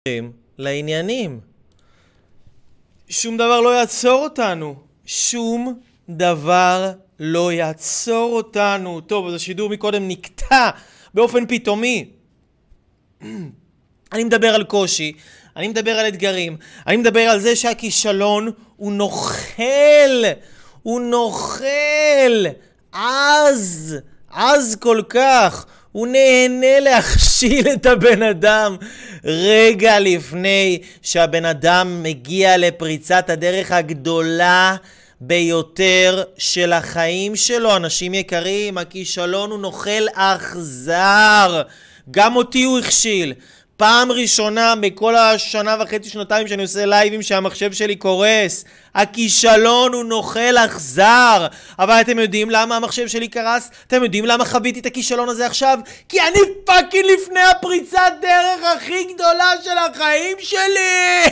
לעניינים. שום דבר לא יעצור אותנו. שום דבר לא יעצור אותנו. טוב, אז השידור מקודם נקטע באופן פתאומי. אני מדבר על קושי, אני מדבר על אתגרים, אני מדבר על זה שהכישלון הוא נוכל. הוא נוכל. עז כל כך. הוא נהנה להכשיל את הבן אדם רגע לפני שהבן אדם מגיע לפריצת הדרך הגדולה ביותר של החיים שלו. אנשים יקרים, הכישלון הוא נוכל אכזר. גם אותי הוא הכשיל. פעם ראשונה בכל השנה וחצי, שנתיים שאני עושה לייבים שהמחשב שלי קורס. הכישלון הוא נוכל אכזר. אבל אתם יודעים למה המחשב שלי קרס? אתם יודעים למה חוויתי את הכישלון הזה עכשיו? כי אני פאקינג לפני הפריצת דרך הכי גדולה של החיים שלי.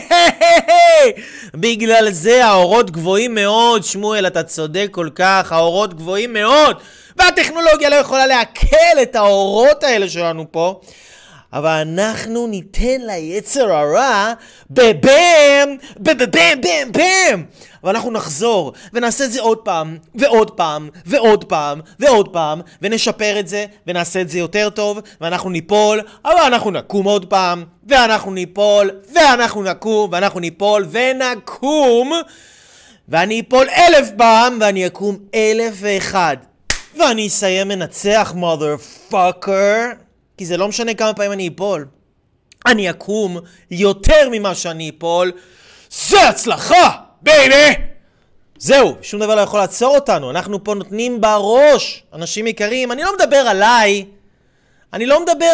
בגלל זה האורות גבוהים מאוד. שמואל, אתה צודק כל כך, האורות גבוהים מאוד. והטכנולוגיה לא יכולה להקל את האורות האלה שלנו פה. אבל אנחנו ניתן ליצר הרע בבם. ואנחנו נחזור ונעשה את זה עוד פעם ועוד פעם ועוד פעם ועוד פעם, ונשפר את זה ונעשה את זה יותר טוב, ואנחנו ניפול, אבל אנחנו נקום עוד פעם, ואנחנו ניפול ואנחנו נקום, ואנחנו ניפול ונקום, ואני אפול 1000 פעם ואני אקום 1001, ואני אסיים מנצח, motherfucker. כי זה לא משנה כמה פעמים אני אפול. אני אקום יותר ממה שאני אפול. זה הצלחה, בייבי! זהו, שום דבר לא יכול לעצור אותנו. אנחנו פה נותנים בראש. אנשים יקרים, אני לא מדבר עליי. אני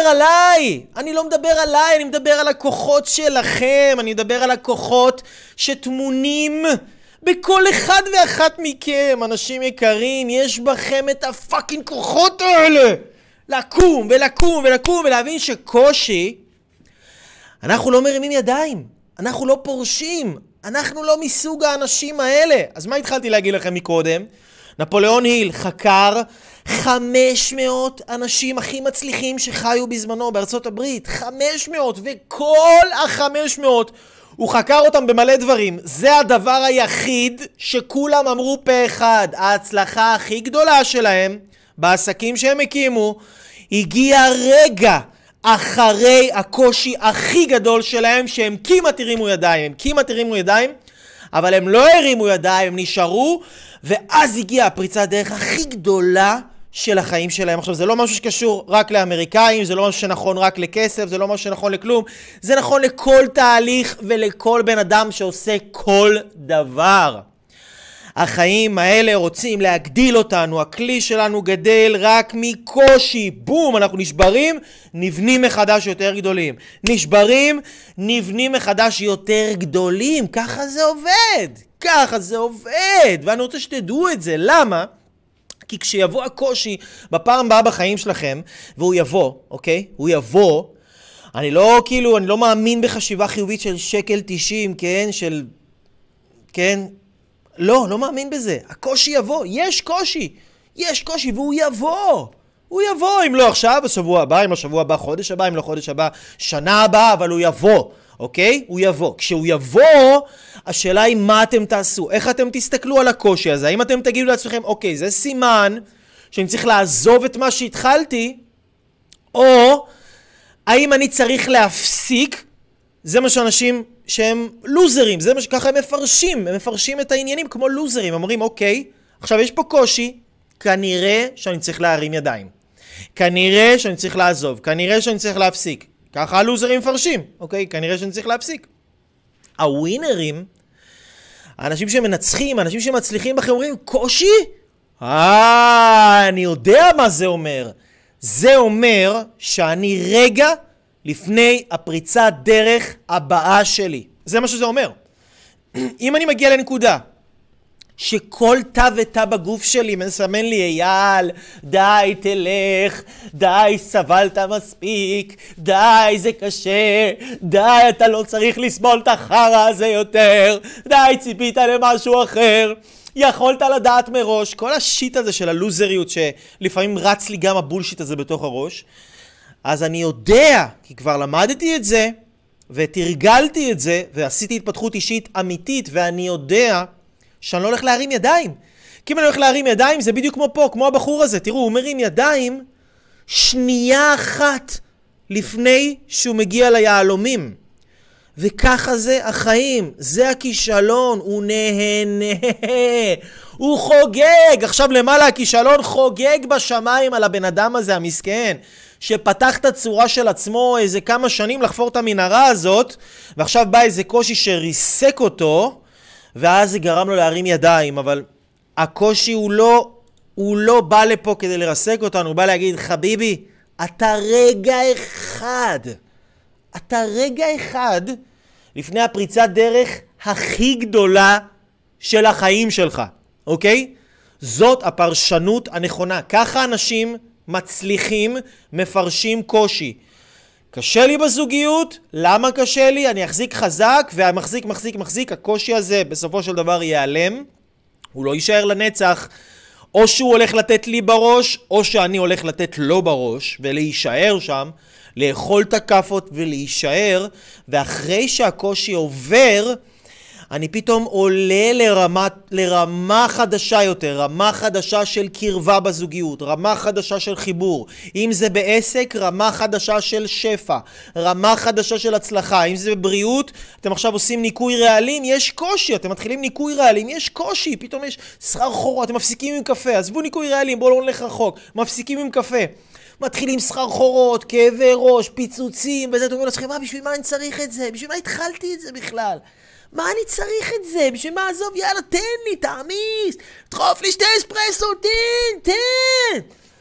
מדבר על הכוחות שלכם. אני מדבר על הכוחות שטמונים בכל אחד ואחת מכם. אנשים יקרים, יש בכם את הפאקינג כוחות האלה. לקום ולקום ולקום ולהבין שקושי, אנחנו לא מרימים ידיים, אנחנו לא פורשים, אנחנו לא מסוג האנשים האלה. אז מה התחלתי להגיד לכם מקודם? נפוליאון היל חקר 500 אנשים הכי מצליחים שחיו בזמנו בארצות הברית. 500, וכל ה-500 הוא חקר אותם במלא דברים. זה הדבר היחיד שכולם אמרו פה אחד. ההצלחה הכי גדולה שלהם בעסקים שהם הקימו הגיע רגע אחרי הקושי הכי גדול שלהם, שהם כמעט הרימו ידיים, אבל הם לא הרימו ידיים, הם נשארו, ואז הגיעה הפריצת דרך הכי גדולה של החיים שלהם. עכשיו, זה לא משהו שקשור רק לאמריקאים, זה לא משהו שנכון רק לכסף, זה לא משהו שנכון לכלום, זה נכון לכל תהליך ולכל בן אדם שעושה כל דבר. החיים האלה רוצים להגדיל אותנו, הכלי שלנו גדל רק מקושי. בום, אנחנו נשברים, נבנים מחדש יותר גדולים. נבנים מחדש יותר גדולים. ככה זה עובד. ואני רוצה שתדעו את זה. למה? כי כשיבוא הקושי בפעם הבאה בחיים שלכם, והוא יבוא, אוקיי? הוא יבוא, אני לא מאמין בחשיבה חיובית של שקל 90, כן? לא מאמין בזה. הקושי יבוא. יש קושי והוא יבוא. אם לא עכשיו, בשבוע הבא, אם השבוע הבא, חודש הבא, אם לא חודש הבא, שנה הבאה, אבל הוא יבוא. אוקיי? הוא יבוא. כשהוא יבוא, השאלה היא מה אתם תעשו. איך אתם תסתכלו על הקושי הזה? האם אתם תגידו לעצמכם, אוקיי, זה סימן שאני צריך לעזוב את מה שהתחלתי, או האם אני צריך להפסיק? זה מה שאנשים שהם לוזרים, זה מה שככה הם מפרשים את העניינים כמו לוזרים. הם אומרים, אוקיי, עכשיו יש פה קושי, כנראה שאני צריך להרים ידיים, כנראה שאני צריך לעזוב, כנראה שאני צריך להפסיק. ככה הלוזרים מפרשים, אוקיי, כנראה שאני צריך להפסיק. הווינרים, האנשים שמנצחים, האנשים שמצליחים בכם, אומרים, קושי? אני יודע מה זה אומר. זה אומר שאני רגע לפני הפריצת דרך הבאה שלי. זה מה שזה אומר. אם אני מגיע לנקודה שכל תא ותא בגוף שלי מסמן לי, אייל, די תלך, די סבלת מספיק, די זה קשה, די אתה לא צריך לסבול את החרא הזה יותר, די ציפית למשהו אחר, יכולת לדעת מראש. כל השיט הזה של הלוזריות שלפעמים רץ לי גם הבולשיט הזה בתוך הראש, אז אני יודע, כי כבר למדתי את זה, ותרגלתי את זה, ועשיתי התפתחות אישית אמיתית, ואני יודע שאני לא הולך להרים ידיים. כי אם אני הולך להרים ידיים, זה בדיוק כמו פה, כמו הבחור הזה. תראו, הוא מרים ידיים שנייה אחת לפני שהוא מגיע ליהלומים. וככה זה החיים, זה הכישלון, הוא נהנה, הוא חוגג. עכשיו למעלה הכישלון חוגג בשמיים על הבן אדם הזה המסכן, שפתח את הצורה של עצמו איזה כמה שנים לחפור את המנהרה הזאת, ועכשיו בא איזה קושי שריסק אותו, ואז זה גרם לו להרים ידיים. אבל הקושי הוא לא בא לפה כדי לרסק אותנו, הוא בא להגיד, חביבי, אתה רגע אחד לפני הפריצת דרך הכי גדולה של החיים שלך, אוקיי? זאת הפרשנות הנכונה. ככה אנשים מצליחים, מפרשים קושי. קשה לי בזוגיות, למה קשה לי? אני אחזיק חזק, והמחזיק, הקושי הזה בסופו של דבר ייעלם, הוא לא יישאר לנצח. או שהוא הולך לתת לי בראש, או שאני הולך לתת לו בראש, ולהישאר שם, לאכול את הכפות ולהישאר, ואחרי שהקושי עובר, אני פתאום עולה לרמה חדשה יותר, רמה חדשה של קרבה בזוגיות, רמה חדשה של חיבור. אם זה בעסק, רמה חדשה של שפע, רמה חדשה של הצלחה. אם זה בבריאות, אתם עכשיו עושים ניקוי רעלים, יש קושי. אתם מתחילים ניקוי רעלים, יש קושי. פתאום יש שכר חורות, אתם מפסיקים עם קפה. עזבו ניקוי רעלים, בואו לא נלך רחוק. מפסיקים עם קפה. מתחילים שכר חורות, כאבי ראש, פיצוצים, וזה. אתם אומרים לעצמכם, בשביל מה אני צריך את זה? בשביל מה התחלתי את זה בכלל? מה אני צריך את זה? בשביל מה? עזוב, יאללה, תן לי, תעמיס, דחוף לי 2 אספרסו, תן.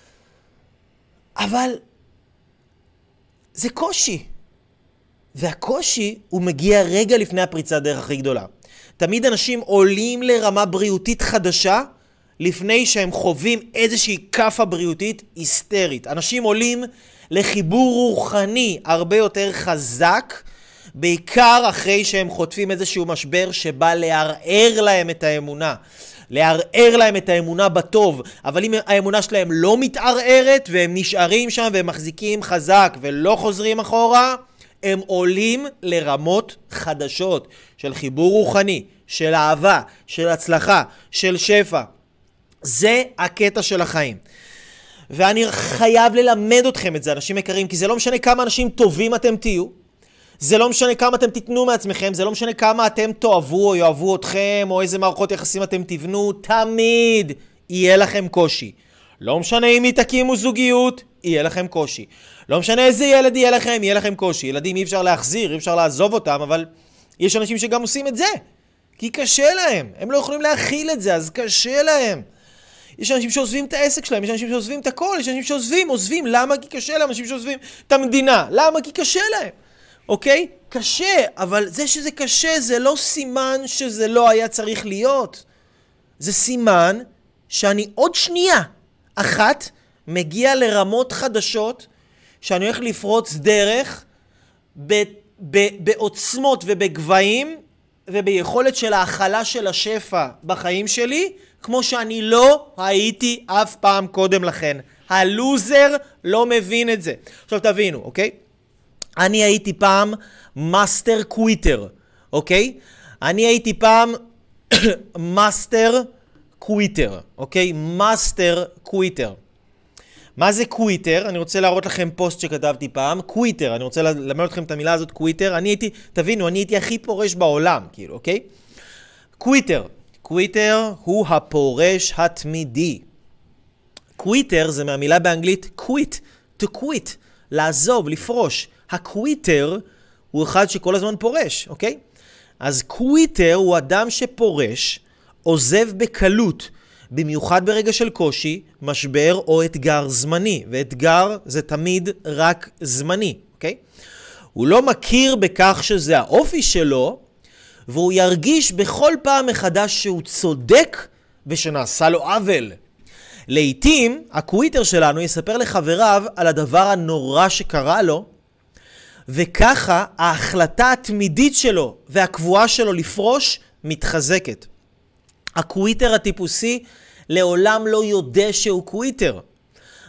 אבל זה קושי. והקושי הוא מגיע רגע לפני הפריצת דרך הכי גדולה. תמיד אנשים עולים לרמה בריאותית חדשה, לפני שהם חווים איזושהי קפה בריאותית היסטרית. אנשים עולים לחיבור רוחני הרבה יותר חזק, בעיקר אחרי שהם חוטפים איזשהו משבר שבא לערער להם את האמונה. לערער להם את האמונה בטוב. אבל אם האמונה שלהם לא מתערערת והם נשארים שם והם מחזיקים חזק ולא חוזרים אחורה, הם עולים לרמות חדשות של חיבור רוחני, של אהבה, של הצלחה, של שפע. זה הקטע של החיים. ואני חייב ללמד אתכם את זה, אנשים יקרים, כי זה לא משנה כמה אנשים טובים אתם תהיו, זה לא משנה כמה אתם תיתנו מעצמכם, זה לא משנה כמה אתם תאהבו או יאהבו אתכם, או איזה מערכות יחסים אתם תבנו, תמיד יהיה לכם קושי. לא משנה אם תקימו זוגיות, יהיה לכם קושי. לא משנה איזה ילד יהיה לכם קושי. ילדים אי אפשר להחזיר, אי אפשר לעזוב אותם, אבל יש אנשים שגם עושים את זה, כי קשה להם. הם לא יכולים להכיל את זה, אז קשה להם. יש אנשים שעוזבים את העסק שלהם, יש אנשים שעוזבים את הכל, יש אנשים שעוזבים. למה? כי קשה להם. אנשים שעוזבים את המדינה. למה? כי קשה להם. אוקיי? קשה, אבל זה שזה קשה זה לא סימן שזה לא היה צריך להיות. זה סימן שאני עוד שנייה אחת מגיע לרמות חדשות, שאני הולך לפרוץ דרך בעוצמות ובגבהים, וביכולת של ההכלה של השפע בחיים שלי, כמו שאני לא הייתי אף פעם קודם לכן. הלוזר לא מבין את זה. עכשיו תבינו, אוקיי? אני הייתי פעם מאסטר קוויטר, אוקיי? אני הייתי פעם מאסטר קוויטר, אוקיי? מאסטר קוויטר. מה זה קוויטר? אני רוצה להראות לכם פוסט שכתבתי פעם. קוויטר, אני רוצה ללמד אתכם את המילה הזאת, קוויטר. תבינו, אני הייתי הכי פורש בעולם, כאילו, אוקיי? קוויטר. קוויטר הוא הפורש התמידי. קוויטר זה מהמילה באנגלית quit, to quit, לעזוב, לפרוש. הקוויטר הוא אחד שכל הזמן פורש, אוקיי? אז קוויטר הוא אדם שפורש, עוזב בקלות, במיוחד ברגע של קושי, משבר או אתגר זמני. ואתגר זה תמיד רק זמני, אוקיי? הוא לא מכיר בכך שזה האופי שלו, והוא ירגיש בכל פעם מחדש שהוא צודק ושנעשה לו עוול. לעתים הקוויטר שלנו יספר לחבריו על הדבר הנורא שקרה לו, וככה ההחלטה התמידית שלו והקבועה שלו לפרוש מתחזקת. הקוויטר הטיפוסי לעולם לא יודע שהוא קוויטר.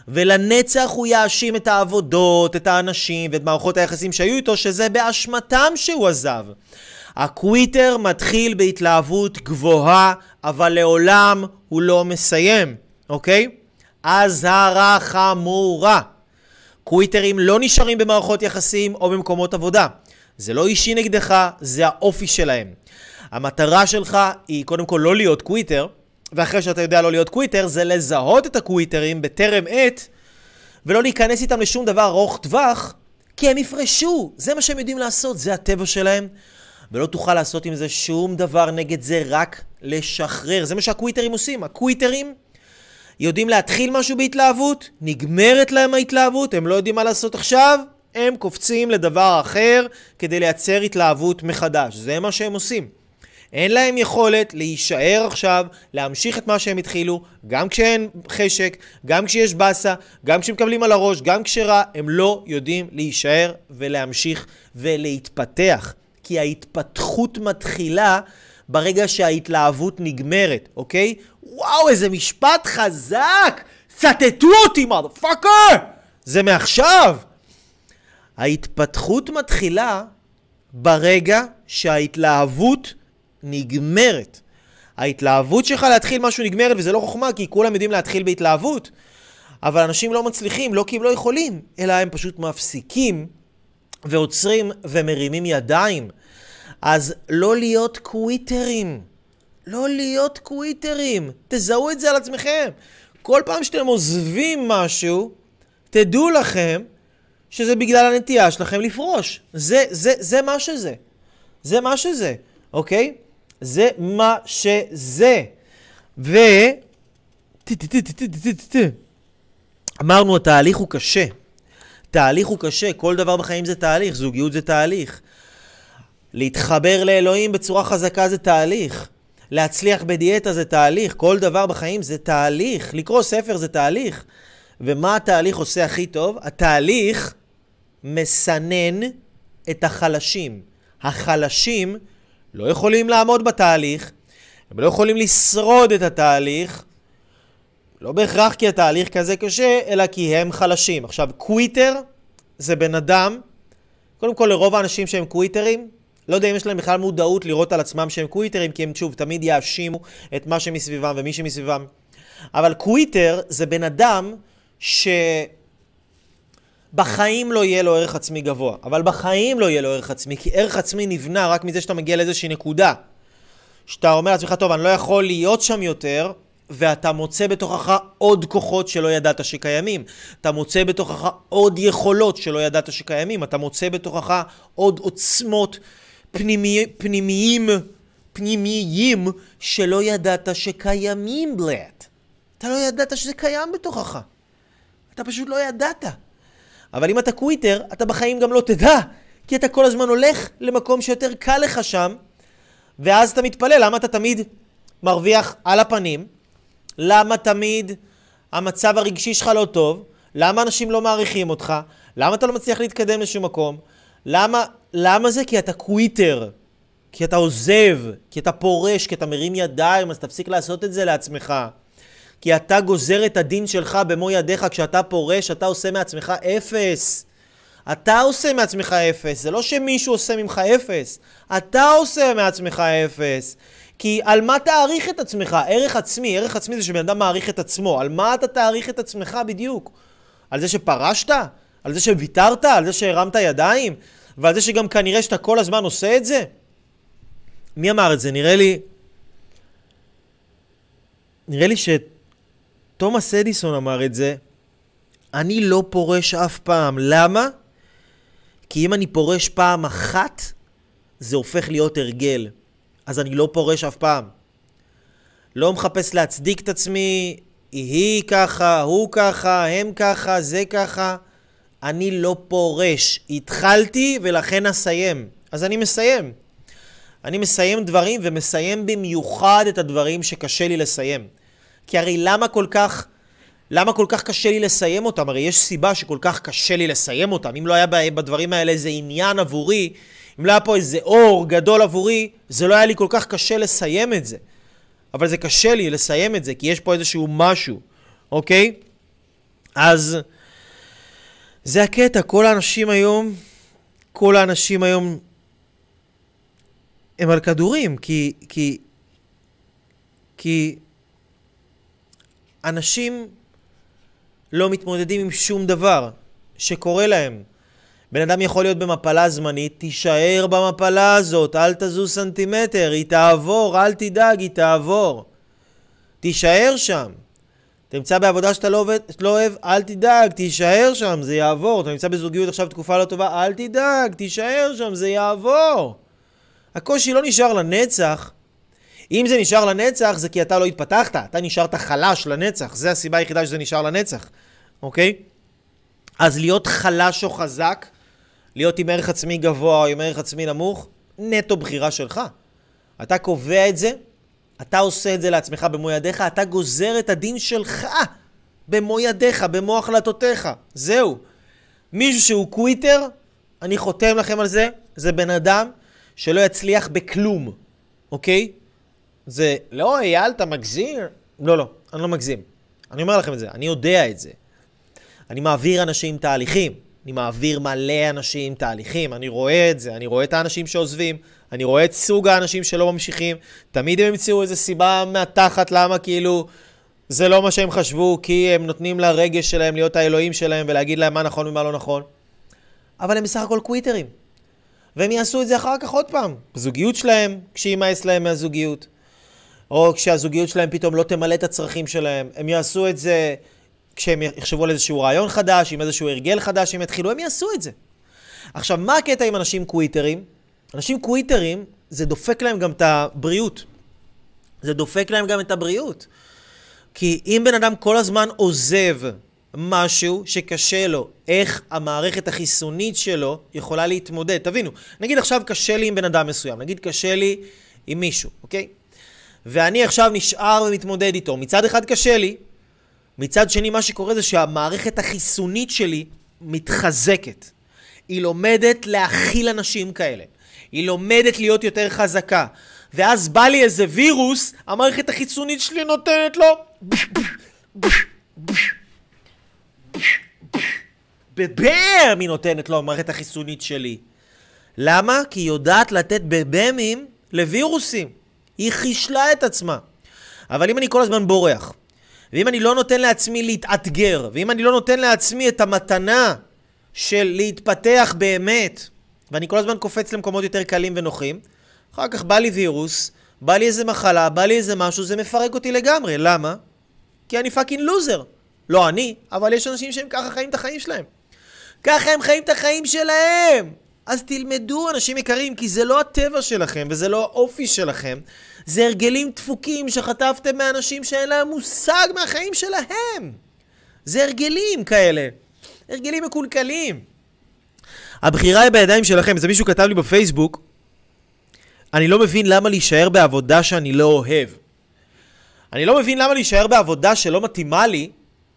ולנצח הוא יאשים את העבודות, את האנשים ואת מערכות היחסים שהיו איתו, שזה באשמתם שהוא עזב. הקוויטר מתחיל בהתלהבות גבוהה, אבל לעולם הוא לא מסיים, אוקיי? אזהרה חמורה. קוויטרים לא נשארים במערכות יחסים או במקומות עבודה. זה לא אישי נגדך, זה האופי שלהם. המטרה שלך היא קודם כל לא להיות קוויטר, ואחרי שאתה יודע לא להיות קוויטר, זה לזהות את הקוויטרים בטרם עת, ולא להיכנס איתם לשום דבר ארוך טווח, כי הם יפרשו. זה מה שהם יודעים לעשות, זה הטבע שלהם, ולא תוכל לעשות עם זה שום דבר נגד זה, רק לשחרר. זה מה שהקוויטרים עושים. הקוויטרים יודעים להתחיל משהו בהתלהבות, נגמרת להם ההתלהבות, הם לא יודעים מה לעשות עכשיו, הם קופצים לדבר אחר כדי לייצר התלהבות מחדש. זה מה שהם עושים. אין להם יכולת להישאר עכשיו, להמשיך את מה שהם התחילו, גם כשאין חשק, גם כשיש בסה, גם כשמקבלים על הראש, גם כשרע, הם לא יודעים להישאר ולהמשיך ולהתפתח. כי ההתפתחות מתחילה ברגע שההתלהבות נגמרת, אוקיי? וואו, איזה משפט חזק! צטטו אותי, motherfucker! זה מעכשיו! ההתפתחות מתחילה ברגע שההתלהבות נגמרת. ההתלהבות שלך להתחיל משהו נגמרת, וזה לא חוכמה, כי כולם יודעים להתחיל בהתלהבות. אבל אנשים לא מצליחים, לא כי הם לא יכולים, אלא הם פשוט מפסיקים ועוצרים ומרימים ידיים. אז לא להיות קוויטרים. לא להיות קוויטרים. תזהו את זה על עצמכם. כל פעם שאתם עוזבים משהו, תדעו לכם שזה בגלל הנטייה שלכם לפרוש. זה מה שזה. זה מה שזה. אוקיי? זה מה שזה. אמרנו, התהליך הוא קשה. תהליך הוא קשה. כל דבר בחיים זה תהליך. זוגיות זה תהליך. להתחבר לאלוהים בצורה חזקה זה תהליך. להצליח בדיאטה זה תהליך. כל דבר בחיים זה תהליך. לקרוא ספר זה תהליך. ומה התהליך עושה הכי טוב? התהליך מסנן את החלשים. החלשים לא יכולים לעמוד בתהליך, הם לא יכולים לשרוד את התהליך, לא בהכרח כי התהליך כזה קשה, אלא כי הם חלשים. עכשיו, קוויטר זה בן אדם, קודם כל לרוב האנשים שהם קוויטרים, לא יודע אם יש להם בכלל מודעות לראות על עצמם שהם קוויטרים, כי הם שוב תמיד יאשימו את מה שמסביבם ומי שמסביבם. אבל קוויטר זה בן אדם בחיים לא יהיה לו ערך עצמי גבוה, אבל בחיים לא יהיה לו ערך עצמי, כי ערך עצמי נבנה רק מזה שאתה מגיע לאיזושהי נקודה. שאתה אומר לעצמך, טוב, אני לא יכול להיות שם יותר, ואתה מוצא בתוכך עוד כוחות שלא ידעת שקיימים. אתה מוצא בתוכך עוד יכולות שלא ידעת שקיימים. אתה מוצא בתוכך עוד עוצמות פנימיים שלא ידעת שקיימים בלעד. אתה לא ידעת שזה קיים בתוכך. אתה פשוט לא ידעת. אבל אם אתה קוויטר, אתה בחיים גם לא תדע, כי אתה כל הזמן הולך למקום שיותר קל לך שם, ואז אתה מתפלא, למה אתה תמיד מרוויח על הפנים? למה תמיד המצב הרגשי שלך לא טוב? למה אנשים לא מעריכים אותך? למה אתה לא מצליח להתקדם לשום מקום? למה זה? כי אתה קוויטר, כי אתה עוזב, כי אתה פורש, כי אתה מרים ידיים, אז תפסיק לעשות את זה לעצמך. כי אתה גוזר את הדין שלך במו ידיך, כשאתה פורש, אתה עושה מעצמך אפס. אתה עושה מעצמך אפס, זה לא שמישהו עושה ממך אפס. אתה עושה מעצמך אפס. כי על מה תעריך את עצמך? ערך עצמי זה שבן אדם מעריך את עצמו. על מה אתה תעריך את עצמך בדיוק? על זה שפרשת? על זה שוויתרת? על זה שהרמת ידיים? ועל זה שגם כנראה שאתה כל הזמן עושה את זה? מי אמר את זה? נראה לי שתומאס אדיסון אמר את זה. אני לא פורש אף פעם. למה? כי אם אני פורש פעם אחת, זה הופך להיות הרגל. אז אני לא פורש אף פעם. לא מחפש להצדיק את עצמי, היא ככה, הוא ככה, הם ככה, זה ככה. אני לא פורש. התחלתי ולכן אסיים. אז אני מסיים. אני מסיים דברים ומסיים במיוחד את הדברים שקשה לי לסיים. כי הרי למה כל כך קשה לי לסיים אותם? הרי יש סיבה שכל כך קשה לי לסיים אותם. אם לא היה בדברים האלה איזה עניין עבורי, אם לא היה פה איזה אור גדול עבורי, זה לא היה לי כל כך קשה לסיים את זה. אבל זה קשה לי לסיים את זה, כי יש פה איזשהו משהו, אוקיי? אז זה הקטע, כל האנשים היום הם על כדורים, כי אנשים לא מתמודדים עם שום דבר שקורה להם. בן אדם יכול להיות במפלה זמנית, תישאר במפלה הזאת, אל תזוז סנטימטר, היא תעבור, אל תדאג, היא תעבור. תישאר שם. אתה נמצא בעבודה שאתה לא אוהב, אל תדאג, תישאר שם, זה יעבור. אתה נמצא בזוגיות עכשיו תקופה לא טובה, אל תדאג, תישאר שם, זה יעבור. הקושי לא נשאר לנצח. אם זה נשאר לנצח, זה כי אתה לא התפתחת, אתה נשארת חלש לנצח, זה הסיבה היחידה שזה נשאר לנצח, אוקיי? אז להיות חלש או חזק, להיות עם ערך עצמי גבוה או עם ערך עצמי נמוך, נטו בחירה שלך. אתה קובע את זה, אתה עושה את זה לעצמך במו ידיך, אתה גוזר את הדין שלך במו ידיך, במו החלטותיך. זהו. מישהו שהוא קוויטר, אני חותם לכם על זה, זה בן אדם שלא יצליח בכלום, אוקיי? זה, לא, אייל, אתה מגזיר? לא, אני לא מגזים. אני אומר לכם את זה, אני יודע את זה. אני מעביר אנשים תהליכים, אני מעביר מלא אנשים תהליכים, אני רואה את זה, אני רואה את האנשים שעוזבים, אני רואה את סוג האנשים שלא ממשיכים, תמיד הם ימצאו איזו סיבה מהתחת, למה כאילו זה לא מה שהם חשבו, כי הם נותנים לרגש שלהם להיות האלוהים שלהם ולהגיד להם מה נכון ומה לא נכון. אבל הם בסך הכל קוויטרים. והם יעשו את זה אחר כך עוד פעם, בזוגיות שלהם, כשימאס להם מהזוגיות. או כשהזוגיות שלהם פתאום לא תמלא את הצרכים שלהם, הם יעשו את זה כשהם יחשבו על איזשהו רעיון חדש, עם איזשהו הרגל חדש, הם יתחילו, הם יעשו את זה. עכשיו, מה הקטע עם אנשים קוויטרים? אנשים קוויטרים, זה דופק להם גם את הבריאות. זה דופק להם גם את הבריאות. כי אם בן אדם כל הזמן עוזב משהו שקשה לו, איך המערכת החיסונית שלו יכולה להתמודד. תבינו, נגיד עכשיו קשה לי עם בן אדם מסוים, נגיד קשה לי עם מישהו, אוקיי? ואני עכשיו נשאר ומתמודד איתו. מצד אחד קשה לי, מצד שני מה שקורה זה שהמערכת החיסונית שלי מתחזקת. היא לומדת להכיל אנשים כאלה. היא לומדת להיות יותר חזקה. ואז בא לי איזה וירוס, המערכת החיסונית שלי נותנת לו בבאם היא נותנת לו המערכת החיסונית שלי. למה? כי היא יודעת לתת בבאמים לווירוסים. היא חישלה את עצמה. אבל אם אני כל הזמן בורח, ואם אני לא נותן לעצמי להתאתגר, ואם אני לא נותן לעצמי את המתנה של להתפתח באמת, ואני כל הזמן קופץ למקומות יותר קלים ונוחים, אחר כך בא לי וירוס, בא לי איזה מחלה, בא לי איזה משהו, זה מפרק אותי לגמרי. למה? כי אני פאקינג לוזר. לא אני, אבל יש אנשים שהם ככה חיים את החיים שלהם. ככה הם חיים את החיים שלהם. אז תלמדו, אנשים יקרים, כי זה לא הטבע שלכם, וזה לא האופי שלכם. זה הרגלים דפוקים שחטפתם מאנשים שאין להם מושג מהחיים שלהם. זה הרגלים כאלה. הרגלים מקולקלים. הבחירה היא בידיים שלכם. זה מישהו כתב לי בפייסבוק, אני לא מבין למה להישאר בעבודה שאני לא אוהב. אני לא מבין למה להישאר בעבודה שלא מתאימה לי,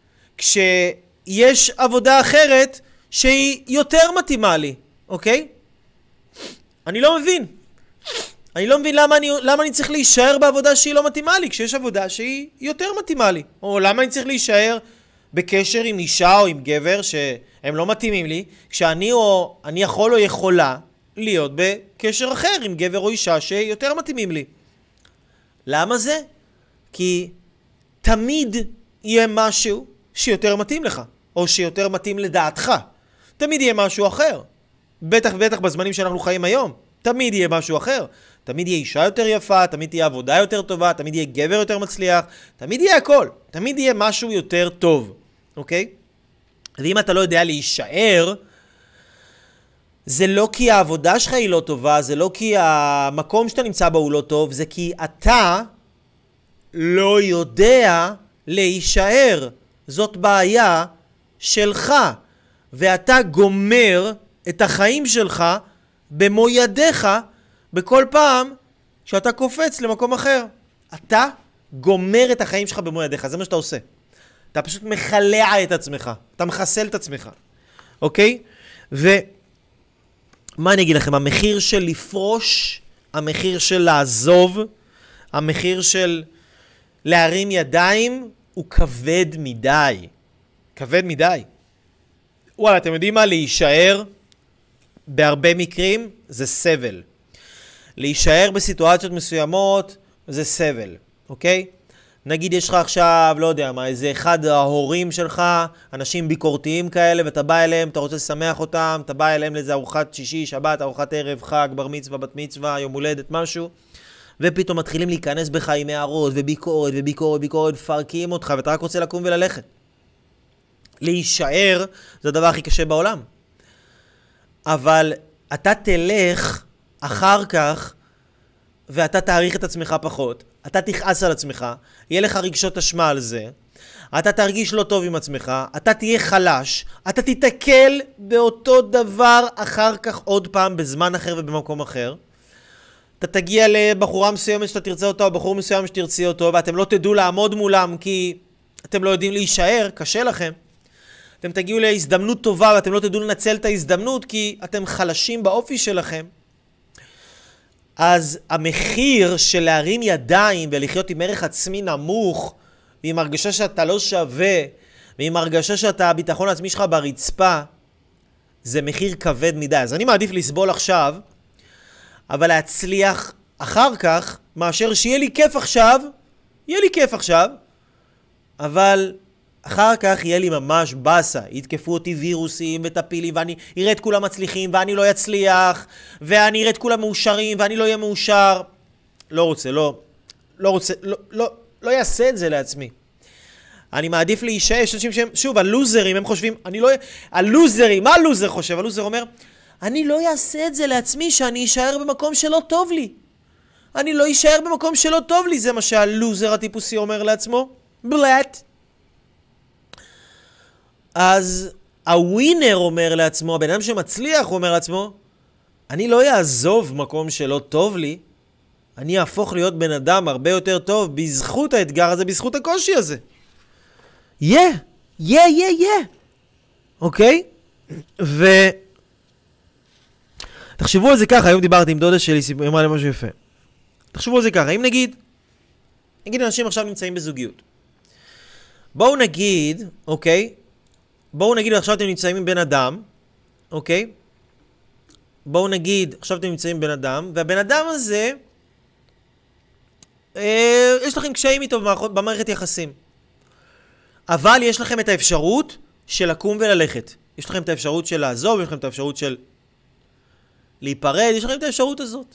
כשיש עבודה אחרת שהיא יותר מתאימה לי, אוקיי? אני לא מבין. אני לא מבין למה אני צריך להישאר בעבודה שהיא לא מתאימה לי, כשיש עבודה שהיא יותר מתאימה לי. או למה אני צריך להישאר בקשר עם אישה או עם גבר שהם לא מתאימים לי, כשאני יכול או יכולה להיות בקשר אחר עם גבר או אישה שיותר מתאימים לי. למה זה? כי תמיד יהיה משהו שיותר מתאים לך, או שיותר מתאים לדעתך. תמיד יהיה משהו אחר. בטח בזמנים שאנחנו חיים היום. תמיד יהיה משהו אחר. תמיד יהיה אישה יותר יפה, תמיד תהיה עבודה יותר טובה, תמיד יהיה גבר יותר מצליח, תמיד יהיה הכל. תמיד יהיה משהו יותר טוב. אוקיי? ואם אתה לא יודע להישאר, זה לא כי העבודה שלך היא לא טובה, זה לא כי המקום שאתה נמצא בו הוא לא טוב, זה כי אתה לא יודע להישאר. זאת בעיה שלך. ואתה גומר את החיים שלך במו ידיך בכל פעם שאתה קופץ למקום אחר. אתה גומר את החיים שלך במו ידיך, זה מה שאתה עושה. אתה פשוט מחלע את עצמך, אתה מחסל את עצמך. אוקיי? ומה אני אגיד לכם? המחיר של לפרוש, המחיר של לעזוב, המחיר של להרים ידיים הוא כבד מדי. כבד מדי. וואלה, אתם יודעים מה? להישאר בהרבה מקרים זה סבל. להישאר בסיטואציות מסוימות זה סבל, אוקיי? נגיד יש לך עכשיו, לא יודע מה, איזה אחד ההורים שלך, אנשים ביקורתיים כאלה, ואתה בא אליהם, אתה רוצה לשמח אותם, אתה בא אליהם לאיזה ארוחת שישי, שבת, ארוחת ערב, חג, בר מצווה, בת מצווה, יום הולדת, משהו, ופתאום מתחילים להיכנס בך עם הערות וביקורת וביקורת, ביקורת, פרקים אותך, ואתה רק רוצה לקום וללכת. להישאר זה הדבר הכי קשה בעולם. אבל אתה תלך אחר כך, ואתה תעריך את עצמך פחות, אתה תכעס על עצמך, יהיה לך רגשות אשמה על זה, אתה תרגיש לא טוב עם עצמך, אתה תהיה חלש, אתה תתקל באותו דבר אחר כך עוד פעם בזמן אחר ובמקום אחר. אתה תגיע לבחורה מסוימת שאתה תרצה אותה, או בחור מסוים שתרצי אותו, ואתם לא תדעו לעמוד מולם כי אתם לא יודעים להישאר, קשה לכם. אתם תגיעו להזדמנות טובה ואתם לא תדעו לנצל את ההזדמנות כי אתם חלשים באופי שלכם. אז המחיר של להרים ידיים ולחיות עם ערך עצמי נמוך, ועם הרגשה שאתה לא שווה, ועם הרגשה שאתה הביטחון העצמי שלך ברצפה, זה מחיר כבד מדי. אז אני מעדיף לסבול עכשיו, אבל להצליח אחר כך, מאשר שיהיה לי כיף עכשיו, יהיה לי כיף עכשיו, אבל אחר כך יהיה לי ממש בסה, יתקפו אותי וירוסים וטפילים, ואני אראה את כולם מצליחים, ואני לא יצליח, ואני אראה את כולם מאושרים, ואני לא אהיה מאושר. לא רוצה, לא רוצה, לא יעשה את זה לעצמי. אני מעדיף להישאר, יש אנשים שהם, שוב, הלוזרים, הם חושבים, הלוזרים, מה הלוזר חושב? הלוזר אומר, אני לא אעשה את זה לעצמי, שאני אשאר במקום שלא טוב לי. אני לא אשאר במקום שלא טוב לי, זה מה שהלוזר הטיפוסי אומר לעצמו. בלט. אז הווינר אומר לעצמו, הבן אדם שמצליח הוא אומר לעצמו, אני לא יעזוב מקום שלא טוב לי, אני אהפוך להיות בן אדם הרבה יותר טוב בזכות האתגר הזה, בזכות הקושי הזה. אוקיי? תחשבו על זה ככה, היום דיברתי עם דודה שלי, היא אמרה לי משהו יפה. תחשבו על זה ככה, אם נגיד אנשים עכשיו נמצאים בזוגיות. בואו נגיד, אוקיי? בואו נגיד עכשיו אתם נמצאים עם בן אדם, אוקיי? בואו נגיד עכשיו אתם נמצאים עם בן אדם, והבן אדם הזה, יש לכם קשיים איתו במערכת יחסים. אבל יש לכם את האפשרות של לקום וללכת. יש לכם את האפשרות של לעזוב, יש לכם את האפשרות של להיפרד, יש לכם את האפשרות הזאת.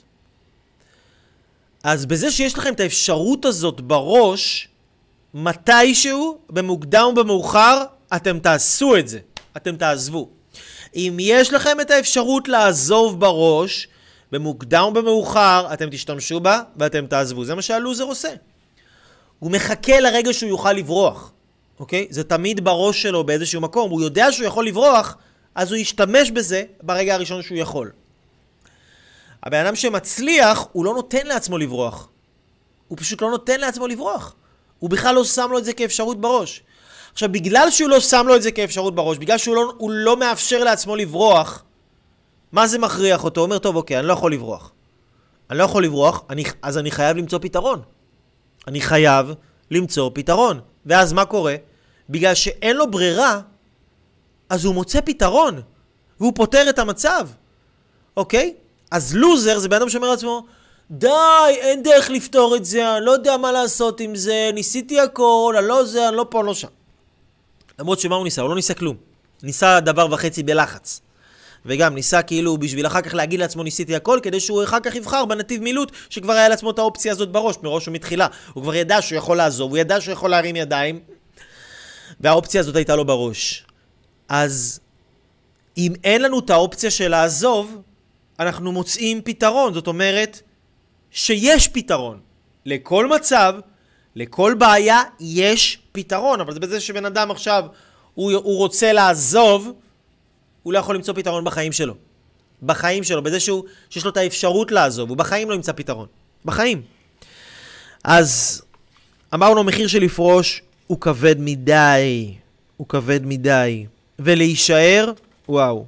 אז בזה שיש לכם את האפשרות הזאת בראש, מתישהו, במוקדם ובמאוחר, אתם תעשו את זה. אתם תעזבו. אם יש לכם את האפשרות לעזוב בראש, במוקדם ובמאוחר, אתם תשתמשו בה ואתם תעזבו. זה מה שהלוזר עושה. הוא מחכה לרגע שהוא יוכל לברוח. אוקיי? זה תמיד בראש שלו באיזשהו מקום. הוא יודע שהוא יכול לברוח, אז הוא ישתמש בזה ברגע הראשון שהוא יכול. הבן אדם שמצליח, הוא לא נותן לעצמו לברוח. הוא פשוט לא נותן לעצמו לברוח. הוא בכלל לא שם לו את זה כאפשרות בראש. עכשיו, בגלל שהוא לא שם לו את זה כאפשרות בראש, בגלל שהוא לא מאפשר לעצמו לברוח, מה זה מכריח אותו? הוא אומר, טוב, אוקיי, אני לא יכול לברוח. אני לא יכול לברוח, אז אני חייב למצוא פתרון. אני חייב למצוא פתרון. ואז מה קורה? בגלל שאין לו ברירה, אז הוא מוצא פתרון, והוא פותר את המצב. אוקיי? אז לוזר זה בן אדם שאומר לעצמו, די, אין דרך לפתור את זה, אני לא יודע מה לעשות עם זה, ניסיתי הכל, אני לא זה, אני לא פה, אני לא שם. למרות שמה הוא ניסה? הוא לא ניסה כלום. ניסה דבר וחצי בלחץ. וגם ניסה כאילו בשביל אחר כך להגיד לעצמו ניסיתי הכל, כדי שהוא אחר כך יבחר בנתיב מילוט, שכבר היה לעצמו את האופציה הזאת בראש, מראש ומתחילה. הוא כבר ידע שהוא יכול לעזוב, הוא ידע שהוא יכול להרים ידיים, והאופציה הזאת הייתה לו בראש. אז אם אין לנו את האופציה של לעזוב, אנחנו מוצאים פתרון. זאת אומרת שיש פתרון. לכל מצב, לכל בעיה יש פתרון. אבל זה בזה שבן אדם עכשיו הוא רוצה לעזוב, הוא לא יכול למצוא פתרון בחיים שלו. בחיים שלו, בזה שיש לו את האפשרות לעזוב. הוא בחיים לא ימצא פתרון. בחיים. אז אמרנו, מחיר של לפרוש הוא כבד מדי. הוא כבד מדי. ולהישאר, וואו.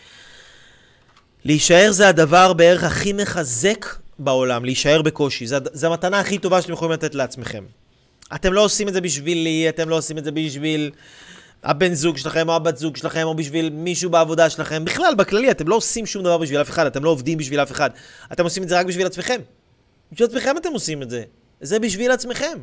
להישאר זה הדבר בערך הכי מחזק בעולם. להישאר בקושי. זה המתנה הכי טובה שאתם יכולים לתת לעצמכם. אתם לא עושים את זה בשבילי, אתם לא עושים את זה בשביל הבן זוג שלכם או הבת זוג שלכם או בשביל מישהו בעבודה שלכם. בכלל, בכללי, אתם לא עושים שום דבר בשביל אף אחד, אתם לא עובדים בשביל אף אחד. אתם עושים את זה רק בשביל עצמכם. בשביל עצמכם אתם עושים את זה. זה בשביל עצמכם.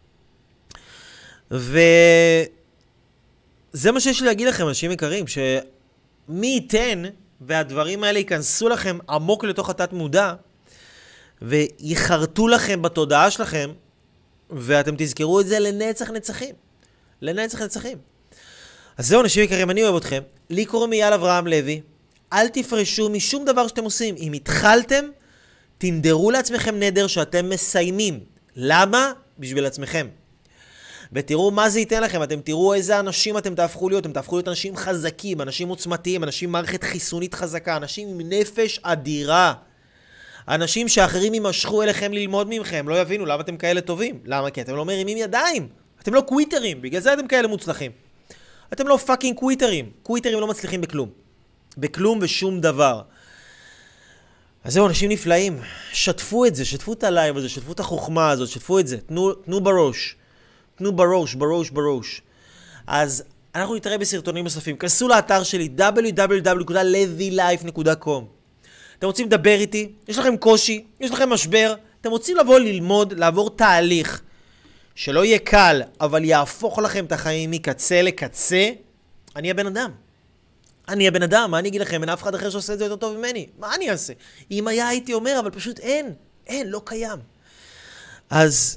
וזה מה שיש לי להגיד לכם, אנשים יקרים, שמי ייתן והדברים האלה ייכנסו לכם עמוק לתוך התת מודע, ויחרטו לכם בתודעה שלכם, ואתם תזכרו את זה לנצח נצחים. לנצח נצחים. אז זהו, אנשים יקרים, אני אוהב אתכם. לי קוראים אייל אברהם לוי. אל תפרשו משום דבר שאתם עושים. אם התחלתם, תנדרו לעצמכם נדר שאתם מסיימים. למה? בשביל עצמכם. ותראו מה זה ייתן לכם. אתם תראו איזה אנשים אתם תהפכו להיות. אתם תהפכו להיות אנשים חזקים, אנשים עוצמתיים, אנשים מערכת חיסונית חזקה, אנשים עם נפש אדירה. אנשים שאחרים יימשכו אליכם ללמוד ממכם. לא יבינו למה אתם כאלה טובים. למה? כי אתם לא מרימים ידיים. אתם לא קוויטרים. בגלל זה אתם כאלה מוצלחים. אתם לא פאקינג קוויטרים. קוויטרים לא מצליחים בכלום. בכלום ושום דבר. אז זהו, אנשים נפלאים. שתפו את זה, שתפו את הלייב הזה, שתפו את החוכמה הזאת, שתפו את זה. תנו בראש. תנו בראש, בראש, בראש. אז אנחנו נתראה בסרטונים נוספים. כנסו לאתר שלי www.levylife.com. אתם רוצים לדבר איתי? יש לכם קושי? יש לכם משבר? אתם רוצים לבוא ללמוד, לעבור תהליך שלא יהיה קל, אבל יהפוך לכם את החיים מקצה לקצה? אני הבן אדם. אני הבן אדם, מה אני אגיד לכם? אין אף אחד אחר שעושה את זה יותר טוב ממני. מה אני אעשה? אם היה הייתי אומר, אבל פשוט אין. אין, לא קיים. אז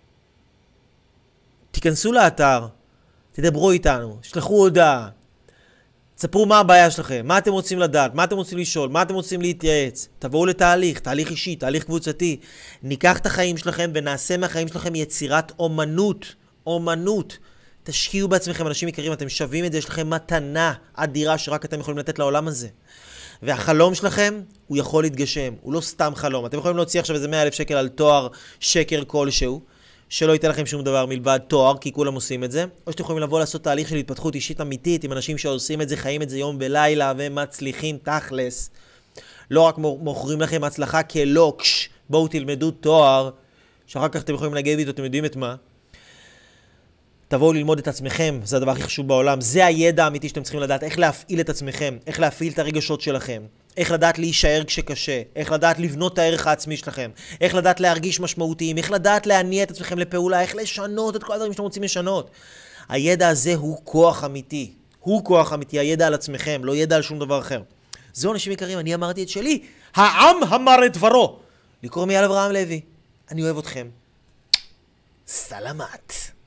תיכנסו לאתר, תדברו איתנו, שלחו הודעה, תספרו מה הבעיה שלכם, מה אתם רוצים לדעת, מה אתם רוצים לשאול, מה אתם רוצים להתייעץ. תבואו לתהליך, תהליך אישי, תהליך קבוצתי. ניקח את החיים שלכם ונעשה מהחיים שלכם יצירת אומנות. אומנות. תשקיעו בעצמכם, אנשים יקרים, אתם שווים את זה, יש לכם מתנה אדירה שרק אתם יכולים לתת לעולם הזה. והחלום שלכם, הוא יכול להתגשם, הוא לא סתם חלום. אתם יכולים להוציא עכשיו איזה 100,000 שקל על תואר שקר כלשהו, שלא ייתן לכם שום דבר מלבד תואר, כי כולם עושים את זה. או שאתם יכולים לבוא לעשות תהליך של התפתחות אישית אמיתית, עם אנשים שעושים את זה, חיים את זה יום בלילה, והם מצליחים תכלס. לא רק מוכרים לכם הצלחה כלוקש, בואו תלמדו תואר, שאחר כך אתם יכולים להגיד איתו, אתם יודעים את מה. תבואו ללמוד את עצמכם, זה הדבר הכי חשוב בעולם. זה הידע האמיתי שאתם צריכים לדעת, איך להפעיל את עצמכם, איך להפעיל את הרגשות שלכם, איך לדעת להישאר כשקשה, איך לדעת לבנות את הערך העצמי שלכם, איך לדעת להרגיש משמעותיים, איך לדעת להניע את עצמכם לפעולה, איך לשנות את כל הדברים שאתם רוצים לשנות. הידע הזה הוא כוח אמיתי. הוא כוח אמיתי, הידע על עצמכם, לא ידע על שום דבר אחר. זהו אנשים יקרים, אני אמרתי את שלי. העם אמר את דברו. לי קוראים אייל אברהם לוי. אני אוהב אתכם. סלמת.